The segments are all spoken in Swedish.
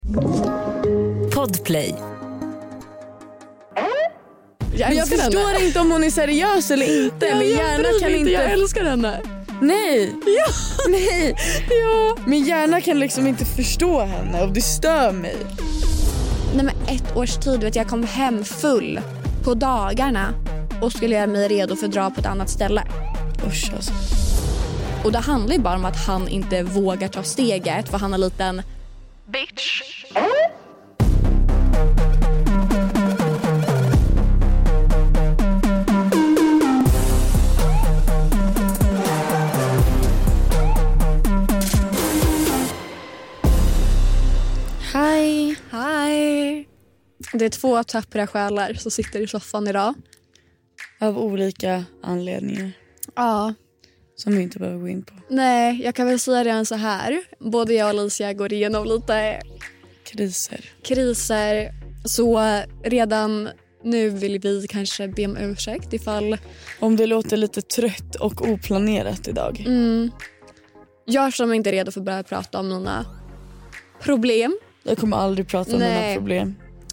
Podplay. Jag förstår inte om hon är seriös eller inte. Min hjärna kan inte. Jag älskar henne. Nej. Ja. Nej. Ja. Min hjärna kan liksom inte förstå henne och det stör mig. Nej, men 1 års tid vet jag kom hem full på dagarna och skulle göra mig redo för att dra på ett annat ställe. Usch alltså. Och det handlar ju bara om att han inte vågar ta steget för han är liten bitch. Hej. Hej. Det är 2 tappra själar som sitter i soffan idag. Av olika anledningar. Ja. Som vi inte behöver gå in på. Nej, jag kan väl säga det så här. Både jag och Alicia går igenom lite kriser. Så redan nu vill vi kanske be om ursäkt ifall... Om det låter lite trött och oplanerat idag. Jag som inte är redo för att börja prata om mina problem. Jag kommer aldrig prata om mina problem.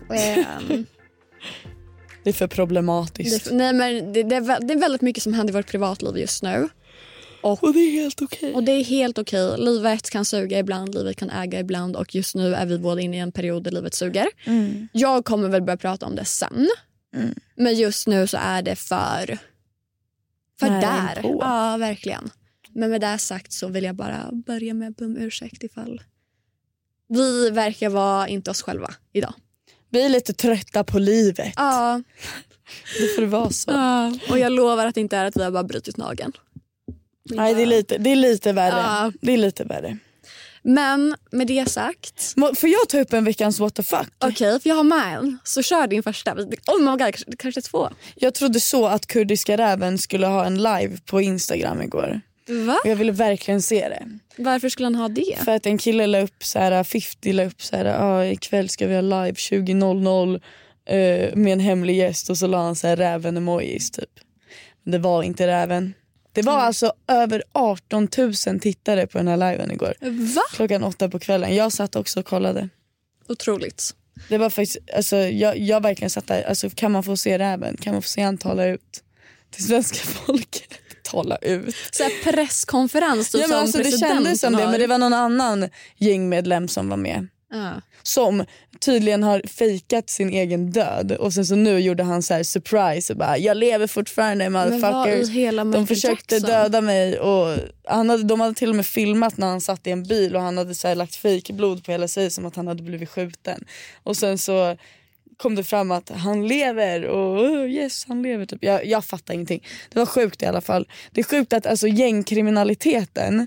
Det är för problematiskt. Nej, men det är väldigt mycket som händer i vårt privatliv just nu. Och det är helt okej. Och det är helt okej. Livet kan suga ibland, livet kan äga ibland. Och just nu är vi båda inne i en period där livet suger. Jag kommer väl börja prata om det sen. Men just nu så är det för där. Ja, verkligen. Men med det sagt så vill jag bara börja med att be om ursäkt ifall vi verkar vara inte oss själva idag. Vi är lite trötta på livet. Ja. Det får det vara så. Ja. Och jag lovar att det inte är att vi har bara brutit nageln. Nej, det är lite värre. Ja. Det är lite värre. Men med det sagt... Får jag ta upp en veckans what the fuck? Okej, för jag har med en. Så kör din första. Oh my god, kanske 2. Jag trodde så att Kurdiska räven skulle ha en live på Instagram igår. Va? Och jag ville verkligen se det. Varför skulle han ha det? För att en kille la upp så här, 50 la upp så här, ikväll ska vi ha live 20.00 med en hemlig gäst, och så la han så här räven-emojis typ. Men det var inte räven. Det var alltså över 18 000 tittare på den här liven igår. Va? Klockan 8 på kvällen. Jag satt också och kollade. Otroligt. Det var faktiskt, alltså jag verkligen satt där, alltså kan man få se räven? Kan man få se han tala ut till svenska folket? Tala ut. Så här presskonferens typ, ja, men som alltså, det kändes som det, men det var någon annan gängmedlem som var med. Som tydligen har fejkat sin egen död. Och sen så nu gjorde han så här surprise och bara, jag lever fortfarande, motherfuckers. De försökte döda mig. Och de hade till och med filmat när han satt i en bil. Och han hade så här lagt fejkblod på hela sig, som att han hade blivit skjuten. Och sen så kom det fram att han lever. Och yes, han lever typ. Jag fattar ingenting. Det var sjukt i alla fall. Det är sjukt att alltså gängkriminaliteten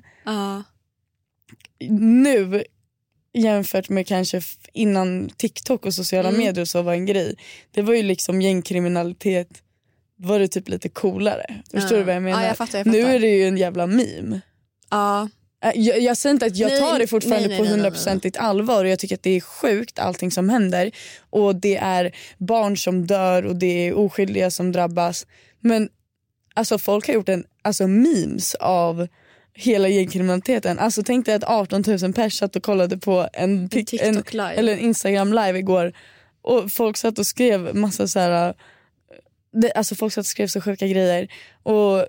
nu, jämfört med kanske innan TikTok och sociala medier så var en grej. Det var ju liksom gängkriminalitet, var det typ lite coolare. Förstår du vad jag menar? Ja, jag fattar. Nu är det ju en jävla meme. Ja. Jag säger inte att jag tar det fortfarande på 100% allvar, och jag tycker att det är sjukt allting som händer, och det är barn som dör och det är oskyldiga som drabbas. Men alltså folk har gjort memes av hela gängkriminaliteten. Alltså tänk dig att 18 000 pers satt och kollade på en Instagram live igår, och folk satt och skrev massa så här, folk satt och skrev så sjuka grejer, och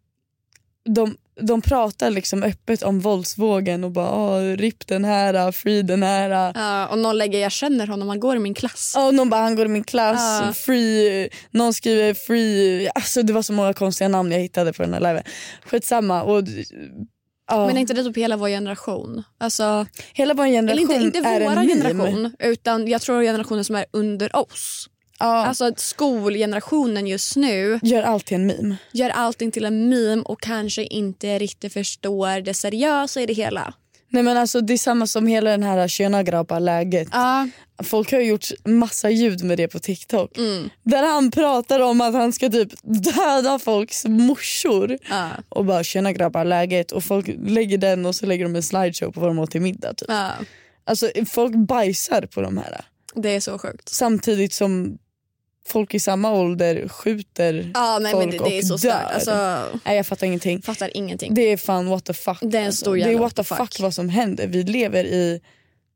de pratar liksom öppet om våldsvågen och bara rip den här, free den här. Och någon lägger, jag känner honom, han går i min klass. Och någon bara, han går i min klass, free. Någon skriver free. Alltså det var så många konstiga namn jag hittade på den här liven. Skitsamma. Och men är inte det typ hela vår generation? Alltså, hela vår generation inte är våra en generation, utan jag tror generationen som är under oss. Alltså skolgenerationen just nu gör alltid en meme. Gör allting till en meme och kanske inte riktigt förstår det seriösa i det hela. Nej, men alltså det är samma som hela den här könagrabba-läget. Folk har gjort massa ljud med det på TikTok. Där han pratar om att han ska typ döda folks morsor. Och bara könagrabba-läget. Och folk lägger den, och så lägger de en slideshow på vad de åt till middag typ. Alltså folk bajsar på de här. Det är så sjukt. Samtidigt som folk i samma ålder skjuter folk och det är så dör. alltså, nej, jag fattar ingenting. Ingenting. Det är fan what the fuck. Det är en stor det är what the fuck vad som händer. Vi lever i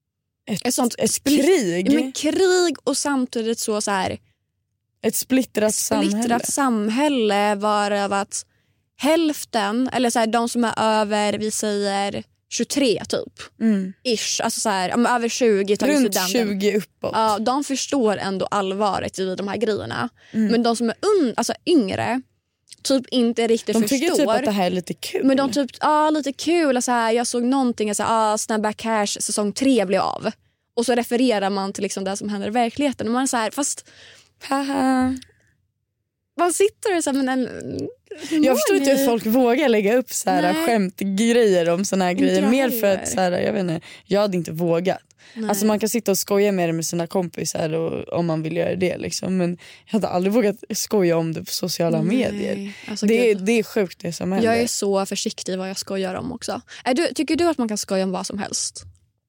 ett krig. Men krig och samtidigt så här ett splittrat samhälle varav att hälften, eller så här, de som är över, vi säger 23 typ. Ish, alltså så här, över 20 runt 20 uppåt. Ja, de förstår ändå allvaret i de här grejerna. Men de som är yngre typ inte riktigt de förstår. De tycker typ att det här är lite kul. Men de typ, lite kul. Alltså här, jag såg någonting, alltså, Snabba Cash säsong 3 blev av. Och så refererar man till liksom det som händer i verkligheten. Och man är så här, fast... Haha. Man sitter och så här, men... Jag förstår inte hur folk vågar lägga upp så här skämtgrejer om såna här grejer. Mer för att så här, jag vet inte, jag hade inte vågat. Nej. Alltså man kan sitta och skoja med det med sina kompisar och, om man vill göra det liksom. Men jag hade aldrig vågat skoja om det på sociala medier. Alltså, det är sjukt det som händer. Jag är så försiktig vad jag skojar om också. Tycker du att man kan skoja om vad som helst?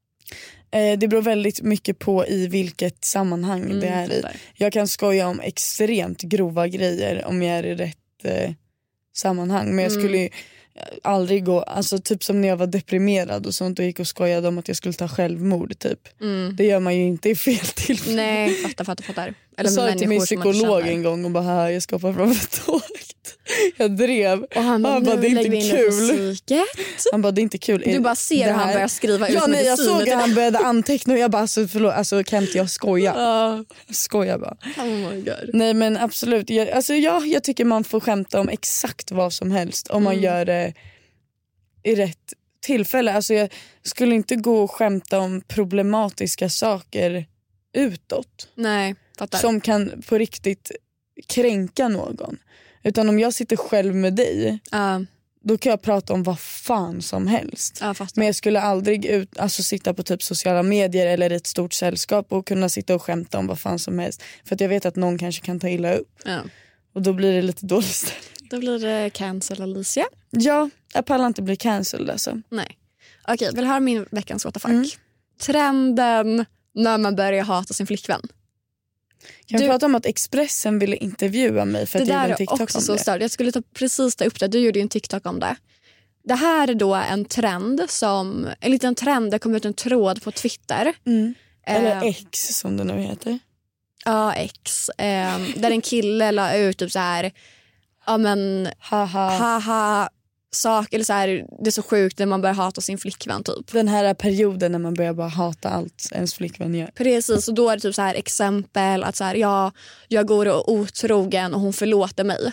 Det beror väldigt mycket på i vilket sammanhang det är i. Jag kan skoja om extremt grova grejer om jag är i rätt sammanhang. Men jag skulle ju aldrig gå, alltså typ som när jag var deprimerad och sånt och gick och skojade om att jag skulle ta självmord typ. Det gör man ju inte i fel tillfälle. Nej, fattar. Eller jag sa till min psykolog en gång och bara, jag ska hoppa fram ett tåg. Jag drev. Och han bara, det är inte kul. Han bara, det är inte kul. Du bara ser hur han börjar skriva ut mediciner. Jag såg att han började anteckna och jag bara, förlåt, alltså kan inte jag skoja? Jag skojar bara. Oh my God. Nej men absolut. Jag tycker man får skämta om exakt vad som helst. Om man gör det i rätt tillfälle. Alltså jag skulle inte gå och skämta om problematiska saker utåt. Nej, fattar. Som kan på riktigt kränka någon. Utan om jag sitter själv med dig, då kan jag prata om vad fan som helst. Men jag skulle aldrig sitta på typ sociala medier eller i ett stort sällskap och kunna sitta och skämta om vad fan som helst. För att jag vet att någon kanske kan ta illa upp. Och då blir det lite dåligt ställning. Då blir det cancel, Alicia. Ja, jag pallar inte bli cancelled alltså. Nej. Okej, vill höra min veckans what the fuck. Trenden när man börjar hata sin flickvän. Kan vi prata om att Expressen ville intervjua mig för att jag gjorde en TikTok också om så det? stört. Jag skulle precis ta upp det. Du gjorde ju en TikTok om det. Det här är då en trend en liten trend, det kom ut en tråd på Twitter. Eller X som det nu heter. Ja, X. Där en kille la ut typ så här, ja men haha sak, eller så här, det är så sjukt när man börjar hata sin flickvän typ. Den här perioden när man börjar bara hata allt ens flickvän gör. Precis, och då är det typ så här exempel att så här, jag går och otrogen och hon förlåter mig.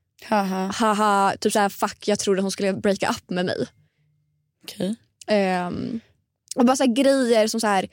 Haha, typ så här, fuck, jag trodde hon skulle breaka up med mig. Okej. Och bara så här grejer som så här.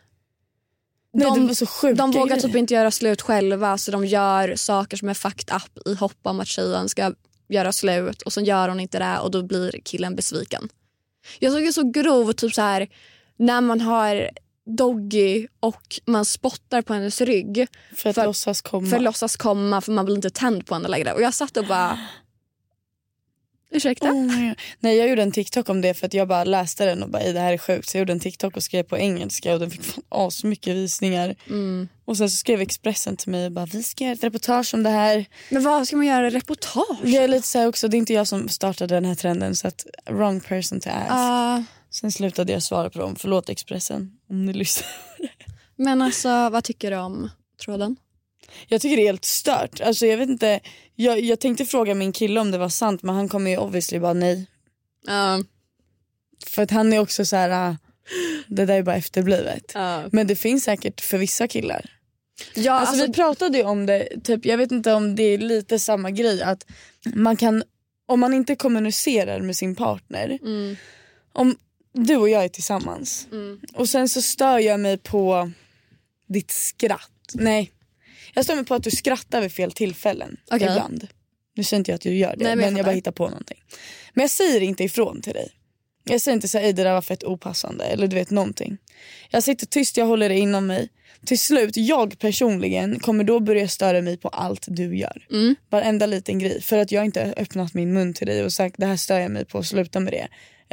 De vågar typ inte göra slut själva, så de gör saker som är fucked up i hopp om att tjejen ska göra slut, och så gör hon inte det och då blir killen besviken. Jag såg ju så grov typ så här när man har doggy och man spottar på hennes rygg för att låtsas komma för man blir inte tänd på henne längre. Och jag satt och bara ursäkta? Nej, jag gjorde en TikTok om det för att jag bara läste den och bara, det här är sjukt. Så jag gjorde en TikTok och skrev på engelska och den fick fan så mycket visningar. Och sen så skrev Expressen till mig och bara, vi ska göra ett reportage om det här. Men vad ska man göra reportage? Det är lite så här också, det är inte jag som startade den här trenden, så att wrong person to ask. Sen slutade jag svara på dem. Förlåt Expressen om ni lyssnar. Men alltså, vad tycker du om tråden? Jag tycker det är helt stört. Alltså jag vet inte, jag tänkte fråga min kille om det var sant, men han kommer ju obviously bara nej. För att han är också så här, det där är bara efterblivet. Men det finns säkert för vissa killar. Ja, alltså vi pratade ju om det, typ, jag vet inte om det är lite samma grej, att man kan, om man inte kommunicerar med sin partner, om du och jag är tillsammans och sen så stör jag mig på ditt skratt. Nej, jag stör mig på att du skrattar vid fel tillfällen ibland. Nu säger inte jag att du gör det. Nej, men jag bara hittar på någonting. Men jag säger inte ifrån till dig. Jag säger inte så här, det där var fett opassande. Eller du vet någonting. Jag sitter tyst, jag håller det inom mig. Till slut, jag personligen kommer då börja störa mig på allt du gör. Varenda liten grej. För att jag inte har öppnat min mun till dig och sagt, det här stör jag mig på, sluta med det.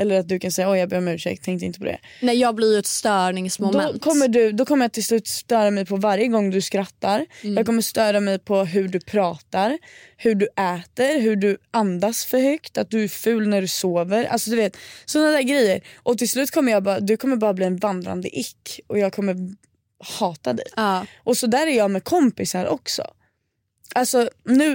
Eller att du kan säga, jag ber om ursäkt, tänkte inte på det. Nej, jag blir ju ett störningsmoment. Då kommer jag till slut störa mig på varje gång du skrattar. Jag kommer störa mig på hur du pratar, hur du äter, hur du andas för högt, att du är ful när du sover. Alltså du vet, sådana där grejer. Och till slut kommer du kommer bara bli en vandrande ick. Och jag kommer hata dig. Och så där är jag med kompisar också. Alltså nu,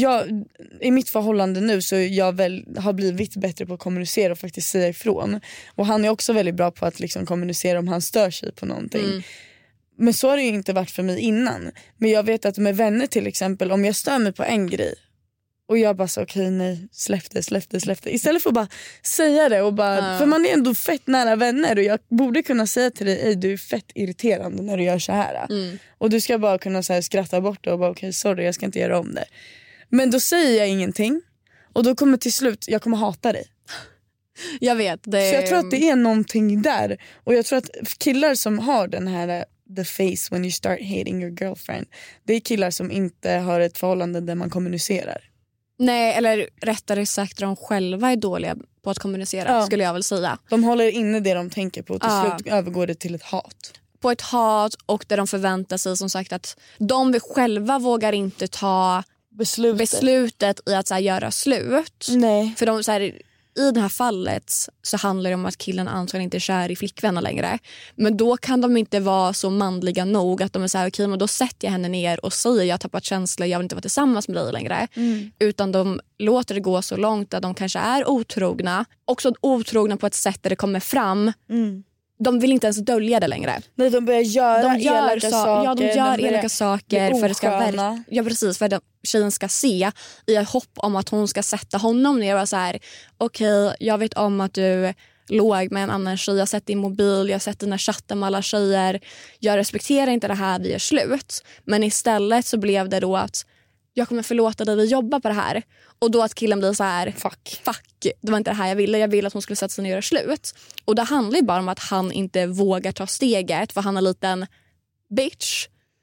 i mitt förhållande nu så jag väl har blivit bättre på att kommunicera och faktiskt säga ifrån. Och han är också väldigt bra på att liksom kommunicera om han stör sig på någonting. Men så har det ju inte varit för mig innan. Men jag vet att med vänner till exempel, om jag stör mig på en grej och jag bara så okej, nej, släpp det. Istället för att bara säga det och bara, för man är ändå fett nära vänner och jag borde kunna säga till dig, du är fett irriterande när du gör så här. Och du ska bara kunna så här, skratta bort det och bara okej, sorry, jag ska inte göra om det. Men då säger jag ingenting och då kommer till slut, jag kommer hata dig. Jag vet. Så jag tror att det är någonting där. Och jag tror att killar som har den här the face when you start hating your girlfriend, det är killar som inte har ett förhållande där man kommunicerar. Nej, eller rättare sagt de själva är dåliga på att kommunicera, skulle jag väl säga. De håller inne det de tänker på och till slut övergår det till ett hat. På ett hat, och där de förväntar sig som sagt att de själva vågar inte ta beslutet i att så här, göra slut. Nej. För de så här, i det här fallet så handlar det om att killen antagligen inte är kär i flickvännen längre. Men då kan de inte vara så manliga nog att de är så här, okej, men då sätter jag henne ner och säger jag har tappat känslor, jag vill inte vara tillsammans med dig längre. Utan de låter det gå så långt att de kanske är otrogna. Också otrogna på ett sätt där det kommer fram. De vill inte ens dölja det längre. Nej, de börjar göra elaka saker. Ja, de gör elaka saker för det ska för att tjejen ska se, i hopp om att hon ska sätta honom ner och så här, okej, jag vet om att du låg med en annan tjej, jag har sett din mobil, jag har sett dina chattar med alla tjejer, jag respekterar inte det här, vi är slut. Men istället så blev det då att jag kommer förlåta dig, vi jobbar på det här. Och då att killen blir så här, fuck, det var inte det här jag ville att hon skulle sätta sig ner och göra slut. Och det handlar ju bara om att han inte vågar ta steget, för han är en liten bitch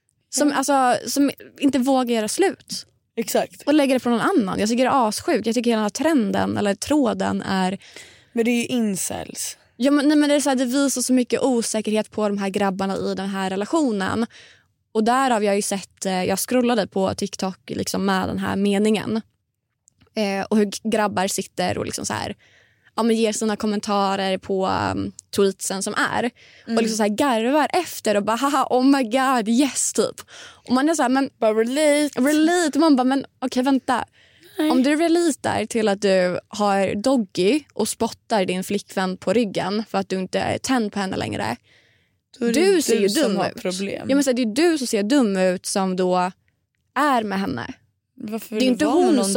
som inte vågar göra slut. Exakt. Och lägger det på någon annan. Jag tycker det är assjukt. Jag tycker hela trenden eller tråden är... Men det är ju incels. Ja, men det är så här, det visar så mycket osäkerhet på de här grabbarna i den här relationen. Och där har jag ju sett, jag scrollade på TikTok liksom med den här meningen. Och hur grabbar sitter och liksom så här, men ger sina kommentarer på tweetsen som är. Och liksom så här garvar efter och bara, haha, oh my god, yes, typ. Och man är så här, men... Bara relate. Och man bara, men okej, vänta. Nej. Om du relatar till att du har doggy och spottar din flickvän på ryggen för att du inte är tänd på henne längre. Du ser ju dum ut. Problem. Ja, men så det är du som ser dum ut som då är med henne. Varför det är inte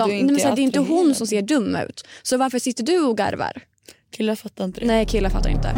hon som ser dum ut. Så varför sitter du och garvar? Killar fattar inte det. Nej, killar fattar inte.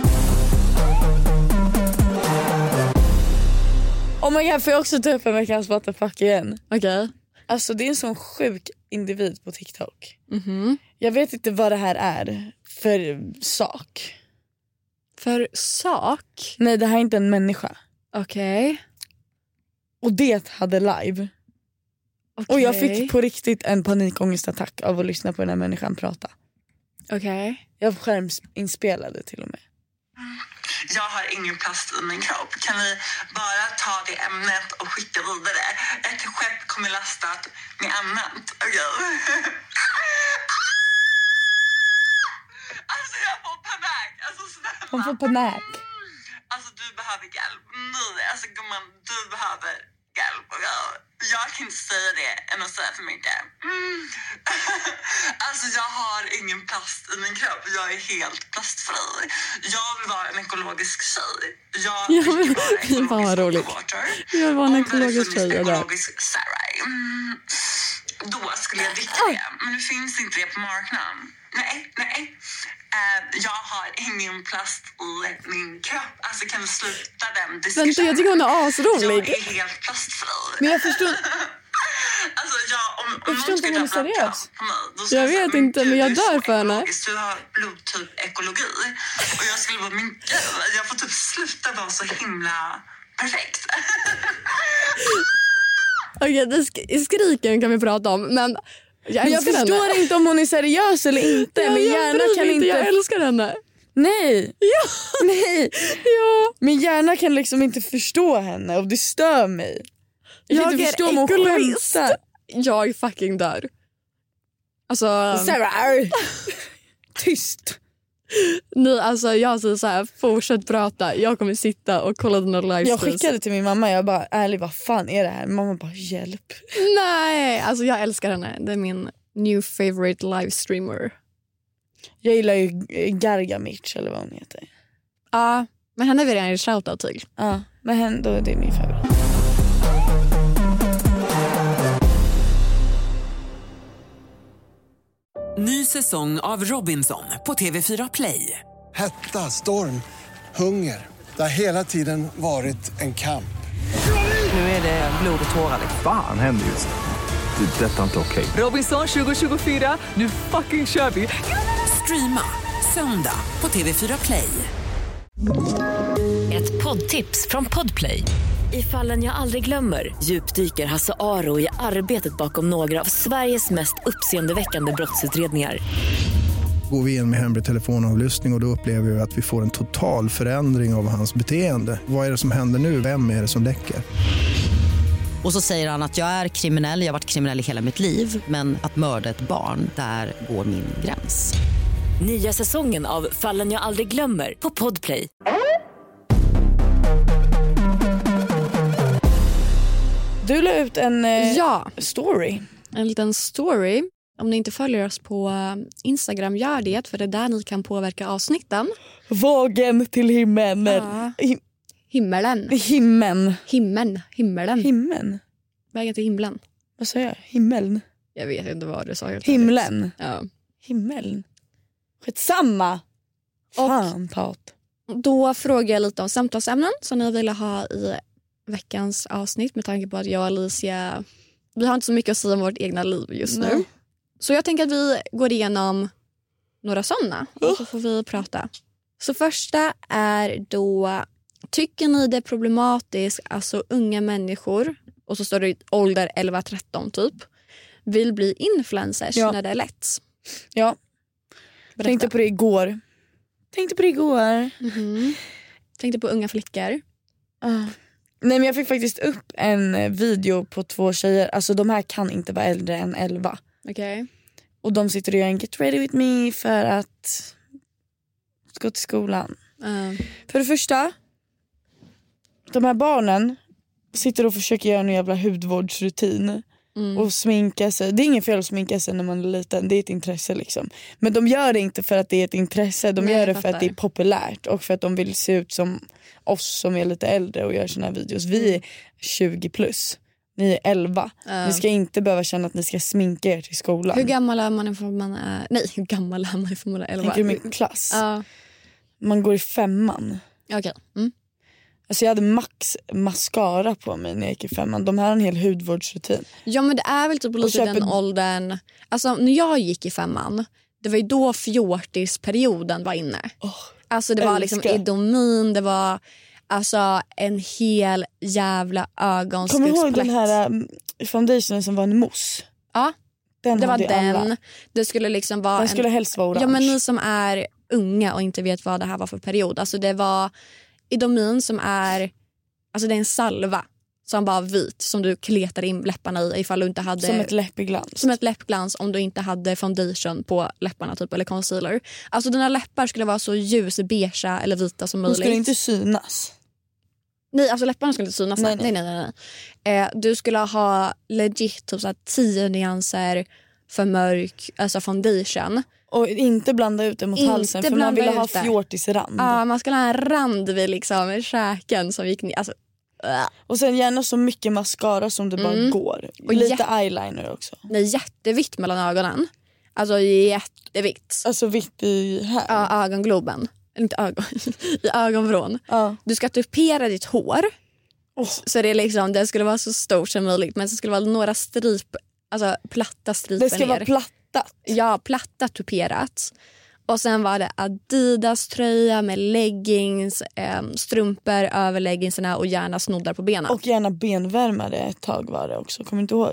Oh my god, får jag också ta upp en veckans what the fuck igen? Okej. Alltså det är en sån sjuk individ på TikTok. Jag vet inte vad det här är för sak. För sak? Nej, det här är inte en människa. Okej. Och det hade live. Och jag fick på riktigt en panikångestattack av att lyssna på den här människan prata. Okej. Jag skärminspelade till och med. Jag har ingen plast i min kropp. Kan vi bara ta det ämnet och skicka vidare? Ett skepp kommer lastat med annat. Okay. Alltså jag får panik. Alltså snälla. Hon får panik. Alltså du behöver hjälp. Nej, alltså gumman, du behöver hjälp. Jag kan inte säga det än att säga för mycket. Alltså jag har ingen plast i min kropp. Jag är helt plastfri. Jag vill vara en ekologisk tjej. Jag vill vara ekologisk water. Jag vill vara en ekologisk tjej. Ekologisk Sarai. Då skulle jag dricka det. Men nu finns inte det på marknaden. Nej. Jag har ingen plast i min kropp. Alltså kan vi sluta den diskussionen? Vänta, jag tycker hon är asrolig. Jag är helt plastfri. Men jag förstår... Alltså om jag förstår inte om hon är seriös. Jag vet inte, men jag dör för henne. Du har blodtyp ekologi. Och jag skulle vara, min gud, jag får typ sluta vara så himla perfekt. Okej, skriken kan vi prata om. Men Jag förstår inte om hon är seriös eller inte. Min hjärna kan inte... Jag älskar henne. Nej. Ja. Nej. Ja. Min hjärna kan liksom inte förstå henne och det stör mig. Jag kan inte förstå om hon skämtar. Jag fucking dör. Alltså... Sarah. Tyst. Nej, alltså jag säger så här, fortsätt prata. Jag kommer sitta och kolla dina livestreams. Jag skickade till min mamma, jag bara, ärligt, vad fan är det här? Mamma bara, hjälp. Nej, alltså jag älskar henne. Det är min new favorite livestreamer. Jag gillar ju Gargamich eller vad hon heter. Ja, men henne vill jag en shoutout till. Ja, men henne, då är det min favorit. Ny säsong av Robinson på TV4 Play. Hetta, storm, hunger. Det har hela tiden varit en kamp. Nu är det blod och tårar. Fan händer just det. Det är detta inte okej. Robinson 2024, nu fucking kör vi. Streama söndag på TV4 Play. Ett poddtips från Podplay. I Fallen jag aldrig glömmer djupdyker Hasse Aro i arbetet bakom några av Sveriges mest uppseendeväckande brottsutredningar. Går vi in med hemlig telefonavlyssning och då upplever vi att vi får en total förändring av hans beteende. Vad är det som händer nu? Vem är det som läcker? Och så säger han att jag är kriminell, jag har varit kriminell i hela mitt liv. Men att mörda ett barn, där går min gräns. Nya säsongen av Fallen jag aldrig glömmer på Podplay. Du la ut en story. En liten story. Om ni inte följer oss på Instagram, gör det. För det är där ni kan påverka avsnitten. Vagen till himlen. Ja. Himmelen. Himmelen. Himlen. Vägen till himlen. Vad sa jag? Himmeln. Jag vet inte vad du sa. Himlen. Ja. Himmeln. Skitsamma. Fan, Pat. Då frågar jag lite om samtalsämnen som ni vill ha i veckans avsnitt, med tanke på att jag och Alicia, vi har inte så mycket att säga om vårt egna liv just nu. Nej. Så jag tänker att vi går igenom några sådana och så får vi prata. Så första är då, tycker ni det är problematiskt, alltså unga människor, och så står det ålder 11-13 typ, vill bli influencers när det är lätt? Ja. Berätta. Tänkte på det igår. Tänkte på unga flickor. Nej, men jag fick faktiskt upp en video på 2 tjejer. Alltså de här kan inte vara äldre än 11. Okej. Och de sitter och gör en get ready with me för att gå till skolan. För det första, de här barnen sitter och försöker göra en jävla hudvårdsrutin. Och sminka sig. Det är ingen fel att sminka sig när man är liten. Det är ett intresse liksom. Men de gör det inte för att det är ett intresse. De gör det för att det är populärt. Och för att de vill se ut som oss som är lite äldre och gör såna här videos. Vi är 20 plus. Ni är 11. Ni ska inte behöva känna att ni ska sminka er till skolan. Hur gammal är man ifall man är... Nej, hur gammal är man ifall man är 11? Tänker du min klass? Man går i 5:an. Okej. Alltså jag hade max mascara på mig när jag gick i 5:an. De här har en hel hudvårdsrutin. Ja, men det är väl typ lite den åldern. Alltså när jag gick i 5:an, det var ju då fjortisperioden var inne. Alltså det var liksom idomin, det var alltså en hel jävla ögonskuggsplätt. Kommer du ihåg den här foundationen som var en mousse? Ja, den det var den. Alla. Det skulle liksom vara den skulle helst vara orange. Ja, men ni som är unga och inte vet vad det här var för period. Alltså det var idomin som är, alltså det är en salva som var vit som du kletar in läpparna i ifall du inte hade, som ett läppglans. Som ett läppglans om du inte hade foundation på läpparna typ, eller concealer. Alltså dina läppar skulle vara så ljusbeige eller vita som möjligt. De skulle inte synas. Nej, alltså läpparna skulle inte synas. Nej. Du skulle ha legit typ så här 10 nyanser för mörk, alltså foundation. Och inte blanda ut det mot halsen, för man ville ha fjortisrand. Ja, man skulle ha en rand vid liksom käken som gick ner. Alltså, och sen gärna så mycket mascara som det bara går. Och lite eyeliner också. Nej, jättevitt mellan ögonen. Alltså jättevitt. Alltså vitt i här? Ja, ögongloben. Inte ögon. I ögonvrån. Du ska tupera ditt hår. Så det är liksom, det skulle vara så stort som möjligt. Men så skulle det vara några alltså platta striper. Det ska vara plattat? Ja, platta tuperat. Och sen var det Adidas tröja med leggings, strumpor över leggingsarna och gärna snoddar på benen. Och gärna benvärmare ett tag var det också. Kommer du inte ihåg det?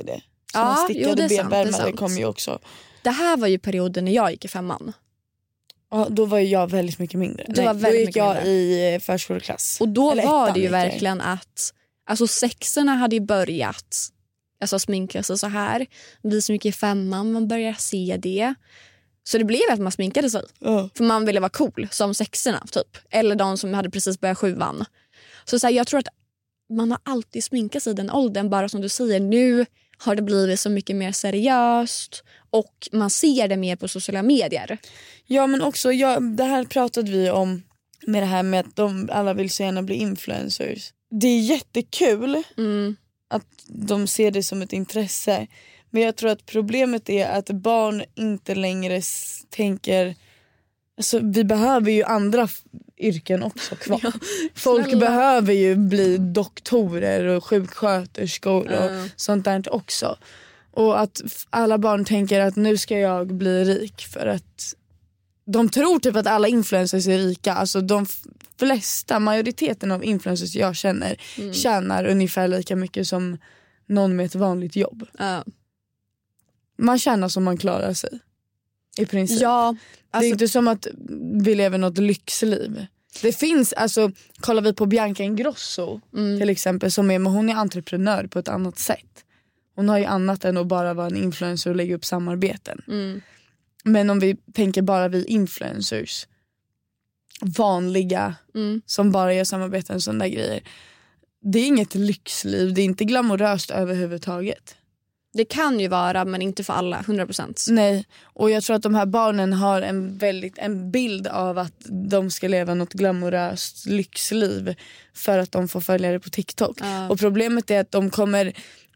Såna stickade benvärmare sant. kom ju också. Det här var ju perioden när jag gick i 5:an. Ja, då var jag väldigt mycket mindre. Då gick jag i förskoleklass. Och då var det ju verkligen att alltså 6:orna hade ju börjat alltså sminka sig så här. Vi som gick i 5:an, man börjar se det. Så det blev att man sminkade sig. För man ville vara cool som 6:orna typ. Eller de som hade precis börjat 7:an. Så jag tror att man har alltid sminkat sig i den åldern. Bara som du säger, nu har det blivit så mycket mer seriöst. Och man ser det mer på sociala medier. Ja, men också, det här pratade vi om med det här med att alla vill så gärna bli influencers. Det är jättekul att de ser det som ett intresse. Men jag tror att problemet är att barn inte längre tänker... Alltså, vi behöver ju andra yrken också kvar. Ja, folk behöver ju bli doktorer och sjuksköterskor och sånt där också. Och att alla barn tänker att nu ska jag bli rik för att de tror typ att alla influencers är rika. Alltså de majoriteten av influencers jag känner tjänar ungefär lika mycket som någon med ett vanligt jobb. Man tjänar som man klarar sig. I princip. Ja, det är inte som att vi lever något lyxliv. Det finns, alltså kollar vi på Bianca Ingrosso till exempel, men hon är entreprenör på ett annat sätt. Hon har ju annat än att bara vara en influencer och lägga upp samarbeten. Men om vi tänker bara vi influencers, vanliga som bara gör samarbeten och sådana grejer. Det är inget lyxliv, det är inte glamoröst överhuvudtaget. Det kan ju vara, men inte för alla, 100%. Nej, och jag tror att de här barnen har en bild av att de ska leva något glamoröst lyxliv för att de får följare på TikTok. Och problemet är att de kommer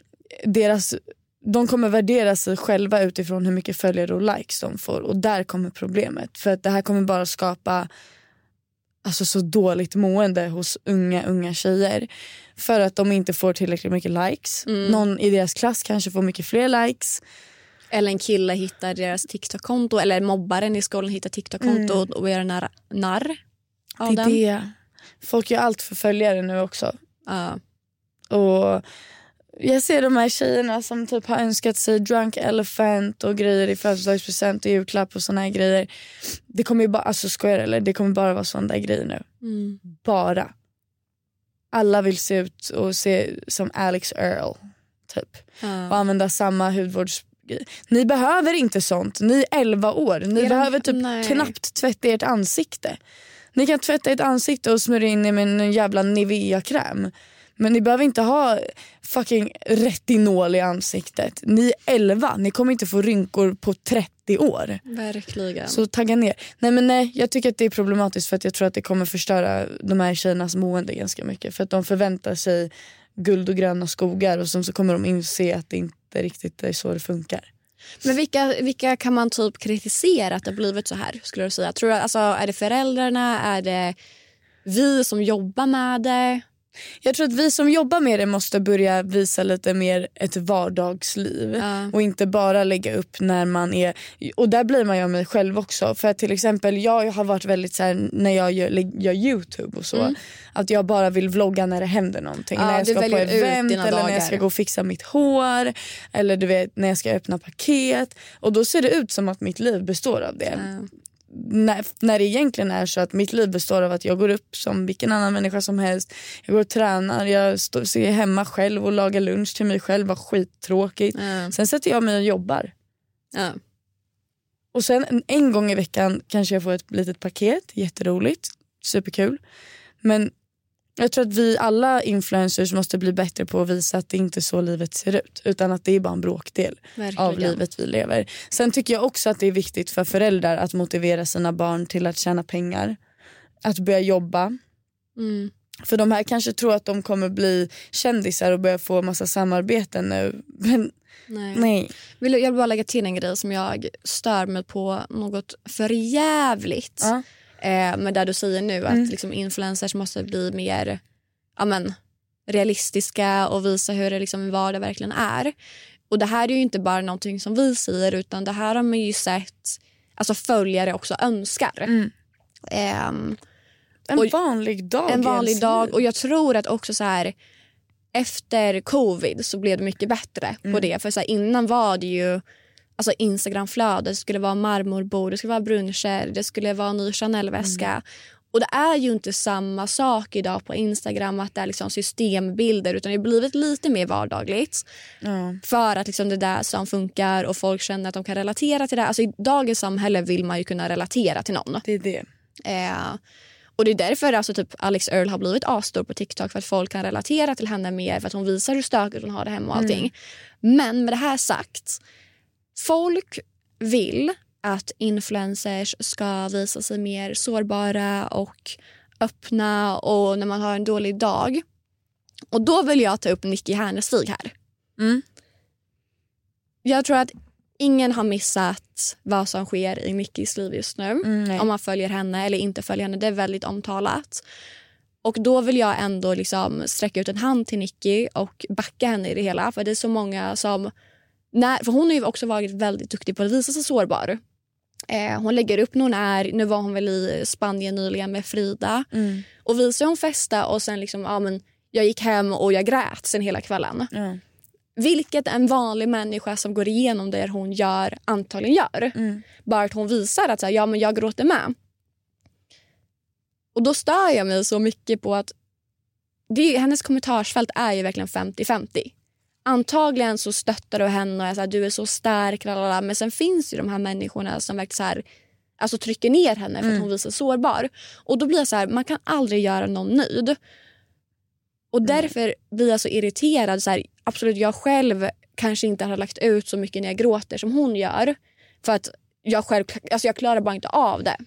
värdera sig själva utifrån hur mycket följare och likes de får. Och där kommer problemet. För att det här kommer bara skapa alltså så dåligt mående hos unga tjejer. För att de inte får tillräckligt mycket likes. Någon i deras klass kanske får mycket fler likes. Eller en kille hittar deras TikTok-konto. Eller mobbaren i skolan hittar TikTok-konto och gör narr av dem. Det. Folk gör allt för följare nu också. Och jag ser de här tjejerna som typ har önskat sig drunk elephant och grejer i födelsedagspresent och julklapp och såna här grejer. Det kommer ju bara, alltså skojar eller? Det kommer bara vara såna där grejer nu. Bara. Alla vill se ut och se som Alex Earl typ. Och använda samma hudvårdsgrej. Ni behöver inte sånt. Ni är 11 år. Ni behöver typ knappt tvätta ert ansikte. Ni kan tvätta ert ansikte och smörja in med en jävla Nivea-kräm. Men ni behöver inte ha fucking retinol i ansiktet. Ni är 11. Ni kommer inte få rynkor på 30 år. Verkligen. Så tagga ner. Nej, jag tycker att det är problematiskt för att jag tror att det kommer förstöra de här tjejernas mående ganska mycket. För att de förväntar sig guld och gröna skogar och så kommer de inse att det inte riktigt är så det funkar. Men vilka kan man typ kritisera att det har blivit så här, skulle du säga? Tror du, alltså, är det föräldrarna? Är det vi som jobbar med det? Jag tror att vi som jobbar med det måste börja visa lite mer ett vardagsliv och inte bara lägga upp när man är, och där blir man ju av mig själv också, för att till exempel jag har varit väldigt så här, när jag gör YouTube och så att jag bara vill vlogga när det händer någonting, när jag ska på event eller när jag ska gå och fixa mitt hår eller du vet när jag ska öppna paket, och då ser det ut som att mitt liv består av det. När det egentligen är så att mitt liv består av att jag går upp som vilken annan människa som helst. Jag går och tränar, jag ser hemma själv och lagar lunch till mig själv, var skittråkigt. Sen sätter jag mig och jobbar. Och sen en gång i veckan kanske jag får ett litet paket, jätteroligt, superkul. Men jag tror att vi alla influencers måste bli bättre på att visa att det inte är så livet ser ut, utan att det är bara en bråkdel av livet vi lever. Sen tycker jag också att det är viktigt för föräldrar att motivera sina barn till att tjäna pengar, att börja jobba. För de här kanske tror att de kommer bli kändisar och börja få massa samarbeten nu. Men nej. Jag vill bara lägga till en grej som jag stör mig på något för jävligt. Men där du säger nu att liksom influencers måste bli mer realistiska och visa hur det liksom vardag verkligen är. Och det här är ju inte bara någonting som vi säger, utan det här har man ju sett alltså följare också önskar. En vanlig dag. En vanlig dag. Och jag tror att också så här, efter covid så blev det mycket bättre på det. För så här, innan var det ju alltså Instagramflöde, det skulle vara marmorbord, det skulle vara bruncher, det skulle vara en ny Chanel-väska. Och det är ju inte samma sak idag på Instagram att det är liksom systembilder, utan det har blivit lite mer vardagligt. För att liksom det där som funkar och folk känner att de kan relatera till det. Alltså i dagens samhälle vill man ju kunna relatera till någon. Det är det. Och det är därför alltså typ Alex Earl har blivit asstor på TikTok, för att folk kan relatera till henne mer, för att hon visar hur stökigt hon har det hemma och allting. Men med det här sagt, folk vill att influencers ska visa sig mer sårbara och öppna och när man har en dålig dag. Och då vill jag ta upp Nicky Härnestig här. Jag tror att ingen har missat vad som sker i Nickys liv just nu. Om man följer henne eller inte följer henne. Det är väldigt omtalat. Och då vill jag ändå liksom sträcka ut en hand till Nicky och backa henne i det hela. För det är så många som... för hon har ju också varit väldigt duktig på att visa sig sårbar. Hon lägger upp när hon är... Nu var hon väl i Spanien nyligen med Frida. Och visar hon festa och sen liksom... jag gick hem och jag grät sen hela kvällen. Vilket en vanlig människa som går igenom det hon gör antagligen gör. Bara att hon visar att så här, men jag gråter med. Och då stör jag mig så mycket på att hennes kommentarsfält är ju verkligen 50-50. Antagligen så stöttar du henne och är så här, du är så stark. Lalala. Men sen finns ju de här människorna som verkligen så här, alltså trycker ner henne för att hon visar sårbar. Och då blir det så här, man kan aldrig göra någon nöjd. Och därför blir jag så irriterad. Så här, absolut, jag själv kanske inte har lagt ut så mycket när jag gråter som hon gör. För att jag själv, alltså jag klarar bara inte av det.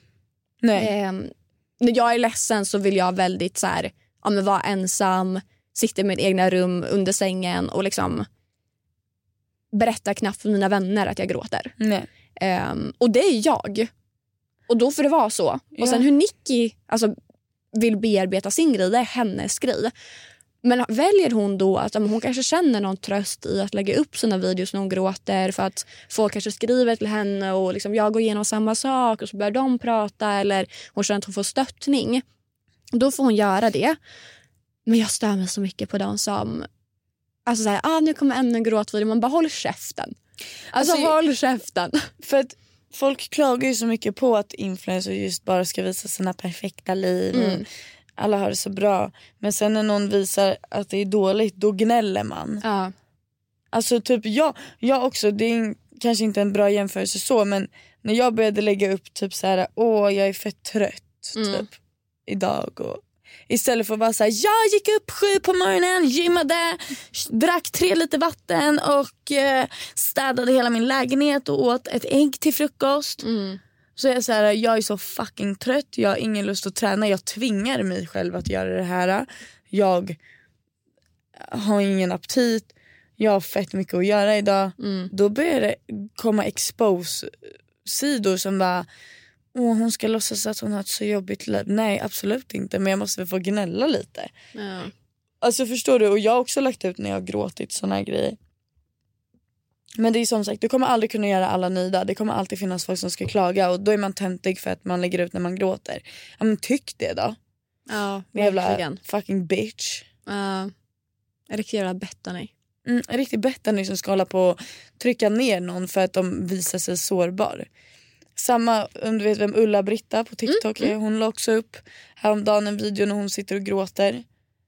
När jag är ledsen så vill jag väldigt så här, vara ensam, sitta i mitt egna rum under sängen och liksom berätta knappt för mina vänner att jag gråter. Och det är jag. Och då får det vara så. Och sen hur Nicky alltså, vill bearbeta sin grej, det är hennes grej. Men väljer hon då att hon kanske känner någon tröst i att lägga upp sina videos när hon gråter, för att folk kanske skriver till henne och liksom jag går igenom samma sak och så börjar de prata, eller hon känner att hon får stöttning, då får hon göra det. Men jag stör mig så mycket på de som alltså såhär, nu kommer ännu en gråtvideo, man bara håll käften. Alltså håll käften. För att folk klagar ju så mycket på att influencers just bara ska visa sina perfekta liv. Alla har det så bra. Men sen när någon visar att det är dåligt, då gnäller man. Alltså typ jag också, det är kanske inte en bra jämförelse så, men när jag började lägga upp typ så här, jag är fett trött typ idag, och istället för att vara så här, jag gick upp 7 på morgonen, gymmade, drack 3 liter vatten och städade hela min lägenhet och åt ett ägg till frukost. Så jag är så här, jag är så fucking trött, jag har ingen lust att träna, jag tvingar mig själv att göra det här. Jag har ingen aptit, jag har fett mycket att göra idag. Då börjar det komma expose-sidor som bara, hon ska låtsas att hon har ett så jobbigt liv. Nej, absolut inte, men jag måste väl få gnälla lite. Alltså förstår du, och jag har också lagt ut när jag har gråtit såna här grejer. Men det är som sagt, du kommer aldrig kunna göra alla nöjda. Det kommer alltid finnas folk som ska klaga, och då är man töntig för att man lägger ut när man gråter. Ja, men tyck det då. Ja, jävla fucking bitch. Riktigt jävla bettany. Riktigt bettany som ska hålla på och trycka ner någon för att de visar sig sårbar. Samma, om du vet vem Ulla-Britta på TikTok är. Hon la också upp häromdagen en video när hon sitter och gråter.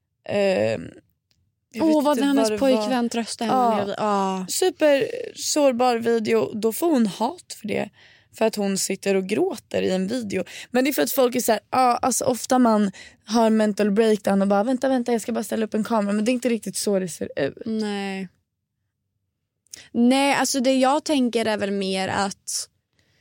Vad hennes pojkvän tröstade henne. Super sårbar video. Då får hon hat för det, för att hon sitter och gråter i en video. Men det är för att folk är så här, alltså ofta man har mental breakdown och bara vänta, jag ska bara ställa upp en kamera. Men det är inte riktigt så det ser ut. Nej, alltså det jag tänker är väl mer att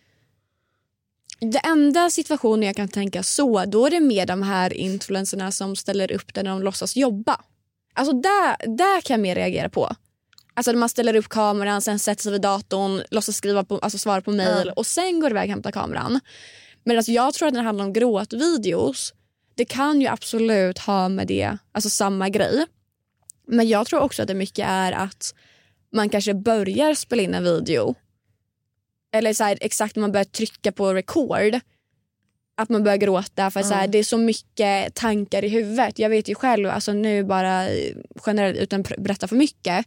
det enda situationen jag kan tänka så, då är det med de här influencerna som ställer upp där de låtsas jobba. Alltså där kan jag mer reagera på. Alltså man ställer upp kameran, sen sätter sig vid datorn, låtsas skriva på, alltså svara på mejl och sen går iväg och hämtar kameran. Men alltså jag tror att när det handlar om gråtvideos, det kan ju absolut ha med det, alltså samma grej. Men jag tror också att det mycket är att man kanske börjar spela in en video, eller så här, exakt när man börjar trycka på record, att man börjar gråta för så här, det är så mycket tankar i huvudet. Jag vet ju själv, alltså nu bara generellt utan berätta för mycket.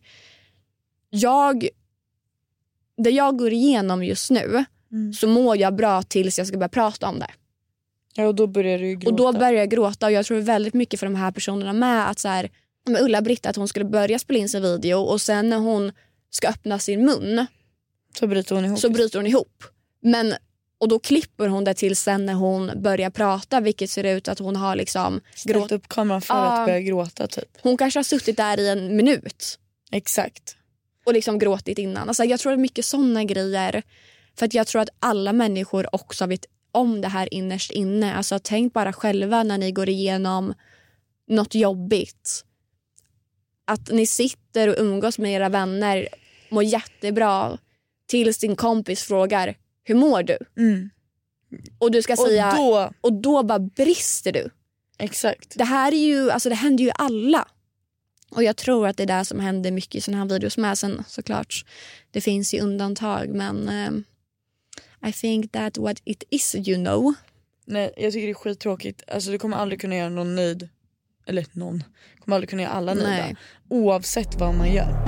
Det jag går igenom just nu så mår jag bra tills jag ska börja prata om det. Ja, och då börjar du gråta. Och då börjar jag gråta och jag tror väldigt mycket för de här personerna med att så här, med Ulla-Britt, att hon skulle börja spela in sin video och sen när hon ska öppna sin mun så bryter hon ihop. Och då klipper hon det till sen när hon börjar prata, vilket ser ut att hon har liksom ställt upp kameran för att börja gråta typ. Hon kanske har suttit där i en minut. Exakt. Och liksom gråtit innan. Alltså jag tror det är mycket såna grejer. För att jag tror att alla människor också vet om det här innerst inne. Alltså tänk bara själva när ni går igenom något jobbigt. Att ni sitter och umgås med era vänner, mår jättebra, tills din kompis frågar, hur mår du? Och du ska säga, och då bara brister du. Exakt. Det här är ju, alltså det händer ju alla. Och jag tror att det är det som händer mycket i såna här videos med. Sen såklart, det finns ju undantag, men I think that what it is, you know. Nej, jag tycker det är skittråkigt. Alltså du kommer aldrig kunna göra någon nöjd. Eller någon. Du kommer aldrig kunna göra alla nöjda. Nej. Oavsett vad man gör.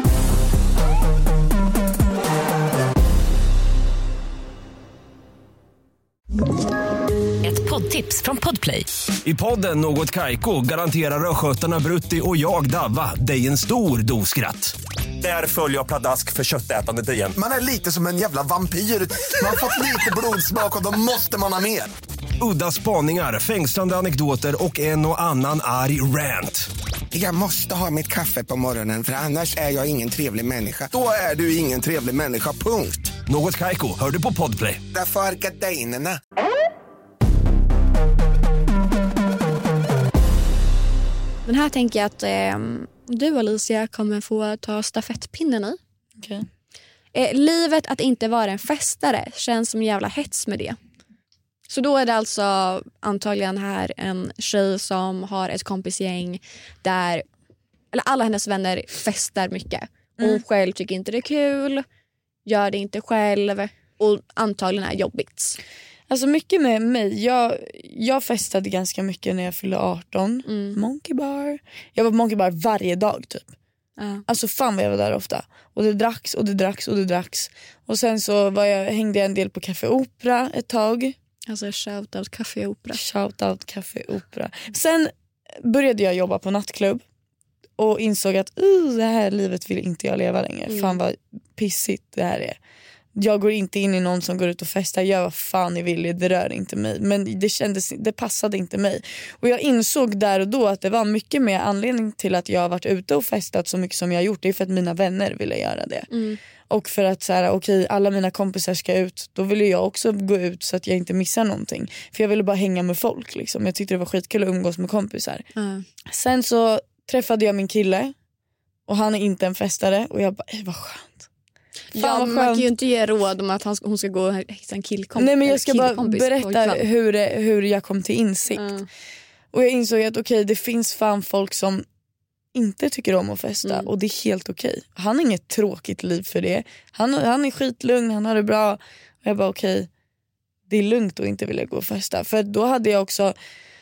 Ett poddtips från Podplay. I podden Något Kaiko garanterar röskötarna Brutti och jag Davva dig en stor doskratt. Där följer jag pladask för köttätandet igen. Man är lite som en jävla vampyr. Man har fått lite blodsmak och då måste man ha mer. Udda spaningar, fängslande anekdoter och en och annan arg rant. Jag måste ha mitt kaffe på morgonen för annars är jag ingen trevlig människa. Då är du ingen trevlig människa, punkt. Något Kaiko, hör du på Podplay. Därför är gardinerna. Den här tänker jag att du, Alicia, kommer få ta stafettpinnen i. Okay. Livet att inte vara en festare känns som jävla hets med det. Så då är det alltså antagligen här en tjej som har ett kompisgäng där, eller alla hennes vänner festar mycket. Hon själv tycker inte det är kul, gör det inte själv och antagligen är jobbigt. Alltså mycket med mig, jag festade ganska mycket när jag fyllde 18. Monkey bar. Jag var på Monkey bar varje dag typ. Alltså fan vad jag var där ofta. Och det dracks och det dracks och det dracks. Och sen så hängde jag en del på Café Opera ett tag. Alltså shoutout Café Opera. Shoutout Café Opera. Sen började jag jobba på nattklubb. Och insåg att det här livet vill inte jag leva längre. Fan vad pissigt det här är. Jag går inte in i någon som går ut och festar. Gör vad fan ni vill, det rör inte mig. Men det passade inte mig. Och jag insåg där och då att det var mycket mer anledning till att jag har varit ute och festat så mycket som jag har gjort. Det är för att mina vänner ville göra det. Och för att så här, okej, alla mina kompisar ska ut. Då ville jag också gå ut så att jag inte missar någonting. För jag ville bara hänga med folk liksom. Jag tyckte det var skitkul att umgås med kompisar. Sen så träffade jag min kille. Och han är inte en festare. Och jag bara, vad skönt. Ja, man kan ju inte ge råd om att hon ska gå och hitta en killkompis. Nej, men jag ska bara berätta hur jag kom till insikt. Och jag insåg att det finns fan folk som inte tycker om att festa. Och det är helt okej. Han har inget tråkigt liv för det. Han är skitlugn, han har det bra. Och jag bara det är lugnt att inte vilja gå och festa. För då hade jag också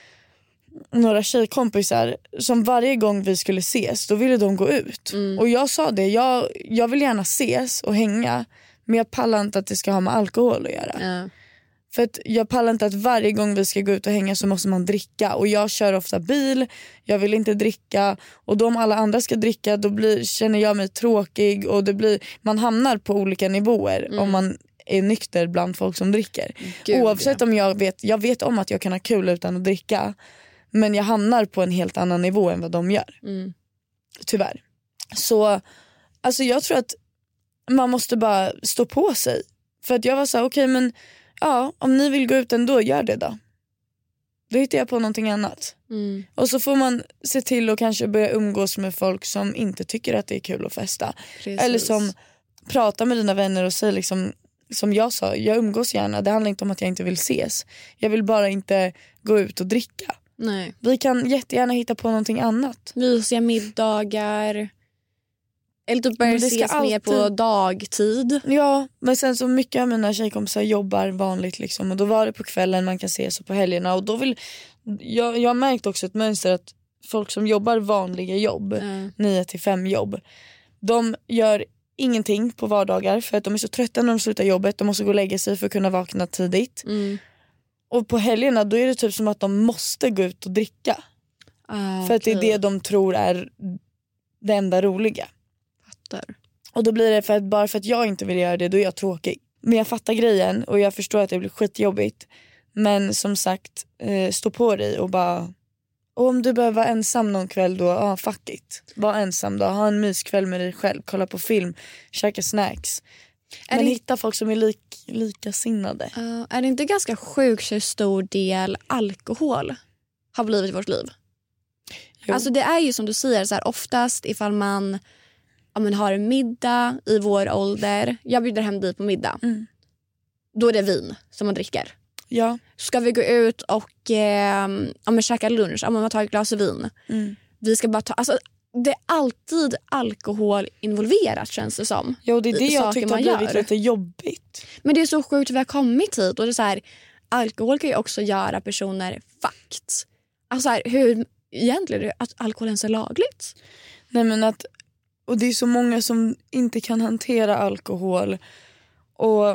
några tjejkompisar som varje gång vi skulle ses då ville de gå ut. Och jag sa det, jag vill gärna ses och hänga, men jag pallar inte att det ska ha med alkohol att göra. För att jag pallar inte att varje gång vi ska gå ut och hänga så måste man dricka. Och jag kör ofta bil, jag vill inte dricka. Och då om alla andra ska dricka då känner jag mig tråkig. Och man hamnar på olika nivåer om man är nykter bland folk som dricker. Oavsett om jag vet om att jag kan ha kul utan att dricka. Men jag hamnar på en helt annan nivå än vad de gör. Tyvärr. Så alltså jag tror att man måste bara stå på sig. För att jag var så här, men ja, om ni vill gå ut ändå, gör det då. Då hittar jag på någonting annat. Och så får man se till att kanske börja umgås med folk som inte tycker att det är kul att festa. Precis. Eller som pratar med dina vänner och säger liksom, som jag sa, jag umgås gärna. Det handlar inte om att jag inte vill ses. Jag vill bara inte gå ut och dricka. Nej. Vi kan jättegärna hitta på någonting annat. Mysiga middagar. Eller typ börja ses mer på dagtid. Ja, men sen så mycket av mina tjejkompisar jobbar vanligt liksom. Och då var det på kvällen man kan ses och på helgerna. Och då vill jag har märkt också ett mönster att folk som jobbar vanliga jobb, 9-5 jobb, de gör ingenting på vardagar för att de är så trötta när de slutar jobbet. De måste gå och lägga sig för att kunna vakna tidigt. Och på helgerna då är det typ som att de måste gå ut och dricka. För att det är det de tror är det enda roliga. Fattar. Och då blir det bara för att jag inte vill göra det, då är jag tråkig. Men jag fattar grejen och jag förstår att det blir skitjobbigt. Men som sagt, stå på dig och bara... Och om du behöver vara ensam någon kväll då, fuck it. Var ensam då, ha en myskväll med dig själv. Kolla på film, käka snacks. Men hitta folk som är likasinnade. Är det inte ganska sjukt hur stor del alkohol har blivit i vårt liv? Jo. Alltså det är ju som du säger, så här, oftast ifall man har en middag i vår ålder. Jag bjuder hem dig på middag. Då är det vin som man dricker. Ja. Ska vi gå ut och käka lunch, man tar ett glas vin. Vi ska bara ta, alltså, det är alltid alkohol involverat, känns det som. Jo, det är det jag tyckte har blivit lite jobbigt. Men det är så sjukt att vi har kommit hit. Och det är så här, alkohol kan ju också göra personer fucked. Alltså här, hur egentligen att alkohol ens är lagligt? Nej, men och det är så många som inte kan hantera alkohol och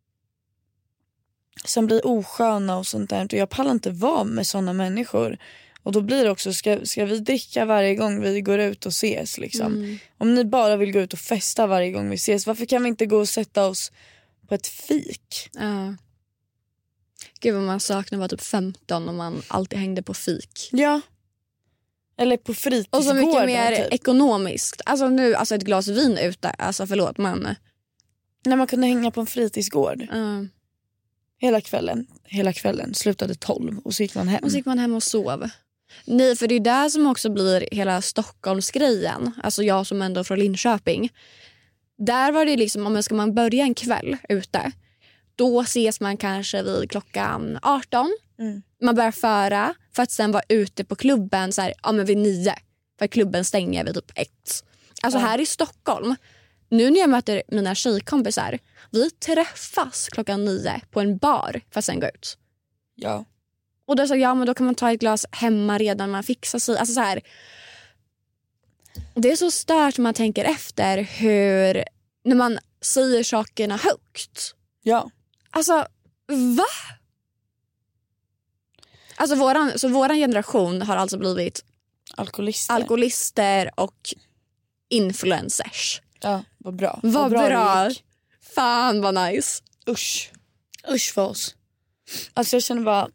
som blir osköna och sånt där. Och jag pallar inte vara med såna människor. Och då blir det också, ska vi dricka varje gång vi går ut och ses liksom? Om ni bara vill gå ut och festa varje gång vi ses, varför kan vi inte gå och sätta oss på ett fik? Gud vad man saknar var typ 15 och man alltid hängde på fik. Ja. Eller på fritidsgården. Och så mycket mer typ ekonomiskt. Alltså nu, ett glas vin ute. Alltså förlåt, men... När man kunde hänga på en fritidsgård. Hela kvällen slutade 12 och så gick man hem. Och så gick man hem och sov. Nej, för det är där som också blir hela Stockholmsgrejen. Alltså jag som ändå är från Linköping. Där var det liksom, om ska man börja en kväll ute, då ses man kanske vid klockan 18. Man börjar föra för att sen vara ute på klubben så här, men vid 9. För klubben stänger vid typ 1. Alltså här i Stockholm, nu när jag möter mina tjejkompisar, vi träffas klockan 9 på en bar för att sen gå ut. Ja. Och då sa men då kan man ta ett glas hemma redan man fixar sig. Alltså så här, det är så stört när man tänker efter hur, när man säger sakerna högt. Ja. Alltså, va? Alltså våran generation har alltså blivit alkoholister och influencers. Ja, vad bra. Vad bra. Fan vad nice. Usch för oss. Alltså jag känner bara,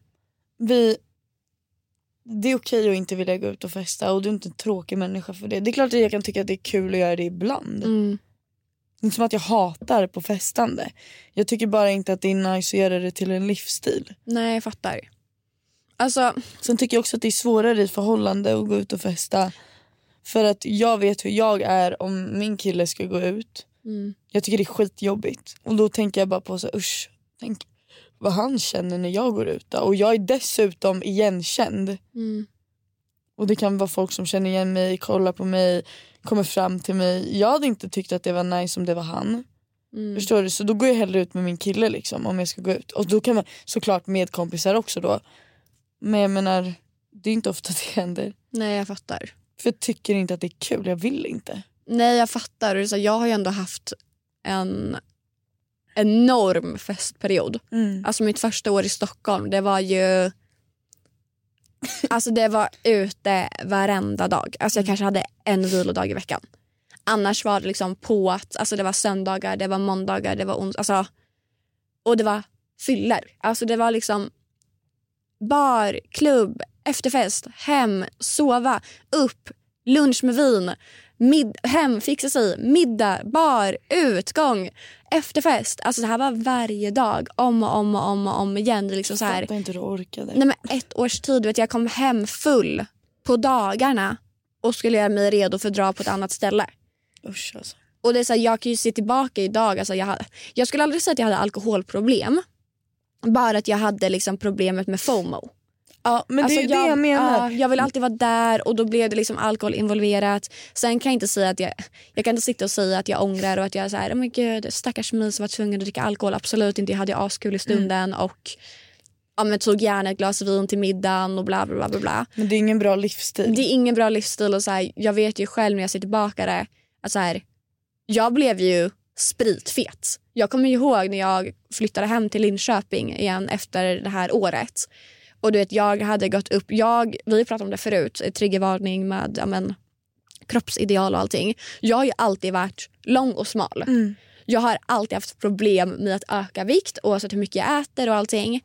det är okej att inte vilja gå ut och festa och du är inte en tråkig människa för det. Det är klart att jag kan tycka att det är kul att göra det ibland. Det är inte som att jag hatar på festande. Jag tycker bara inte att det är nice att göra det till en livsstil. Nej, jag fattar. Alltså, sen tycker jag också att det är svårare i förhållande att gå ut och festa. För att jag vet hur jag är om min kille ska gå ut. Jag tycker det är skitjobbigt. Och då tänker jag bara på tänk vad han känner när jag går ut. Och jag är dessutom igenkänd. Och det kan vara folk som känner igen mig, kollar på mig, kommer fram till mig. Jag hade inte tyckt att det var nice om det var han. Förstår du? Så då går jag hellre ut med min kille liksom, om jag ska gå ut. Och då kan man såklart med kompisar också då. Men jag menar, det är inte ofta det händer. Nej, jag fattar. För jag tycker inte att det är kul, jag vill inte. Nej, jag fattar. Jag har ju ändå haft en enorm festperiod. Alltså mitt första år i Stockholm, det var ju... Alltså det var ute varenda dag. Alltså jag kanske hade en vilodag i veckan. Annars var det liksom på att... Alltså det var söndagar, det var måndagar, det var alltså, och det var fyller. Alltså det var liksom bar, klubb, efterfest, hem, sova, upp, lunch med vin, hem, fixa sig, middag, bar, utgång, efterfest. Alltså det här var varje dag, om igen. Det liksom så här. Jag fattar inte hur du orkade. Nej, men 1 års tid, vet jag kom hem full på dagarna och skulle göra mig redo för att dra på ett annat ställe. Usch alltså. Och det är så här, jag kan ju se tillbaka idag, alltså jag skulle aldrig säga att jag hade alkoholproblem. Bara att jag hade liksom problemet med FOMO. Ja, men det är det jag menar. Jag vill alltid vara där och då blev det liksom alkohol involverat. Sen kan jag inte säga att jag kan inte sitta och säga att jag ångrar och att jag är så här, men gud, stackars mig som var tvungen att dricka alkohol. Absolut inte, jag hade askul i stunden och men tog gärna ett glas vin till middagen och bla bla bla bla bla. Men det är ingen bra livsstil. Det är ingen bra livsstil och så här, jag vet ju själv när jag ser tillbaka det att så här, jag blev ju spritfet. Jag kommer ju ihåg när jag flyttade hem till Linköping igen efter det här året. Och du vet, jag hade gått upp, vi pratade om det förut, triggervarning med kroppsideal och allting. Jag har ju alltid varit lång och smal. Jag har alltid haft problem med att öka vikt oavsett hur mycket jag äter och allting.